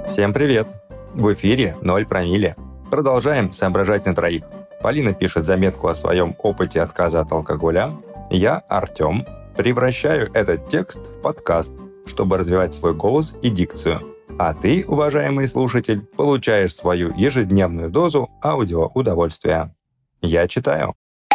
Всем привет! В эфире 0 промилле. Продолжаем соображать на троих. Полина пишет заметку о своем опыте отказа от алкоголя. Я, Артем, превращаю этот текст в подкаст, чтобы развивать свой голос и дикцию. А ты, уважаемый слушатель, получаешь свою ежедневную дозу аудиоудовольствия. Я читаю.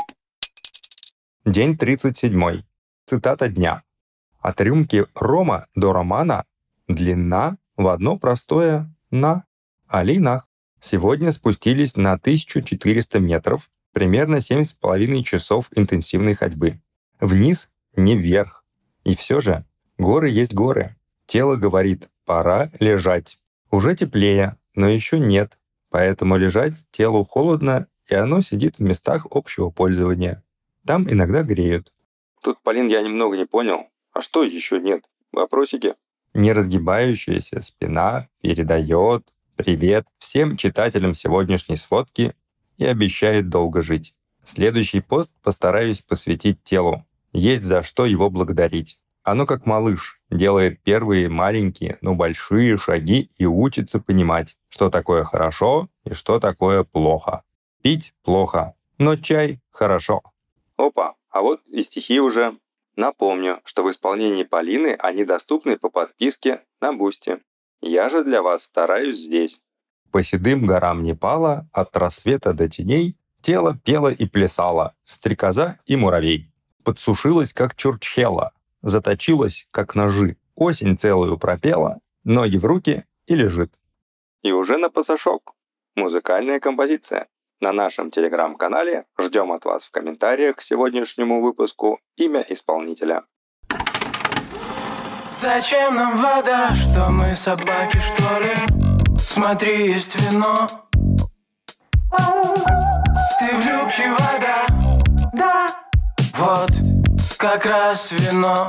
День 37. Цитата дня. От рюмки рома до романа длина в одно простое «на». Алинах. Сегодня спустились на 1400 метров, примерно 7,5 часов интенсивной ходьбы. Вниз, не вверх. И все же, горы есть горы. Тело говорит, пора лежать. Уже теплее, но еще нет. Поэтому лежать телу холодно, и оно сидит в местах общего пользования. Там иногда греют. Тут, Полин, я немного не понял. А что еще нет? Вопросики? Неразгибающаяся спина передает привет всем читателям сегодняшней сводки и обещает долго жить. Следующий пост постараюсь посвятить телу. Есть за что его благодарить. Оно как малыш, делает первые маленькие, но большие шаги и учится понимать, что такое хорошо и что такое плохо. Пить плохо, но чай хорошо. Опа, а вот и стихи уже. Напомню, что в исполнении Полины они доступны по подписке на Бусти. Я же для вас стараюсь здесь. По седым горам Непала, от рассвета до теней, тело пело и плясало, стрекоза и муравей. Подсушилась, как чурчхела, заточилась, как ножи, осень целую пропела, ноги в руки и лежит. И уже на пасашок. Музыкальная композиция. На нашем телеграм-канале ждем от вас в комментариях к сегодняшнему выпуску имя исполнителя. Зачем нам вода? Что мы собаки, что ли? Смотри, есть вино. Ты влюбчива, да? Вот, как раз вино.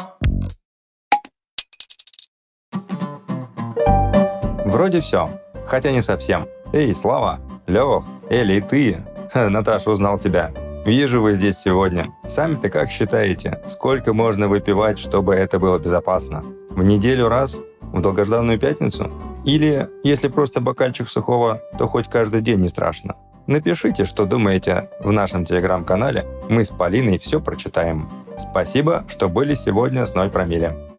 Вроде все, хотя не совсем. Эй, Слава, Лёх, Эля и ты. Наташа, узнал тебя. Вижу, вы здесь сегодня. Сами-то как считаете, сколько можно выпивать, чтобы это было безопасно? В неделю раз? В долгожданную пятницу? Или, если просто бокальчик сухого, то хоть каждый день не страшно? Напишите, что думаете в нашем телеграм-канале. Мы с Полиной все прочитаем. Спасибо, что были сегодня с 0 промилле.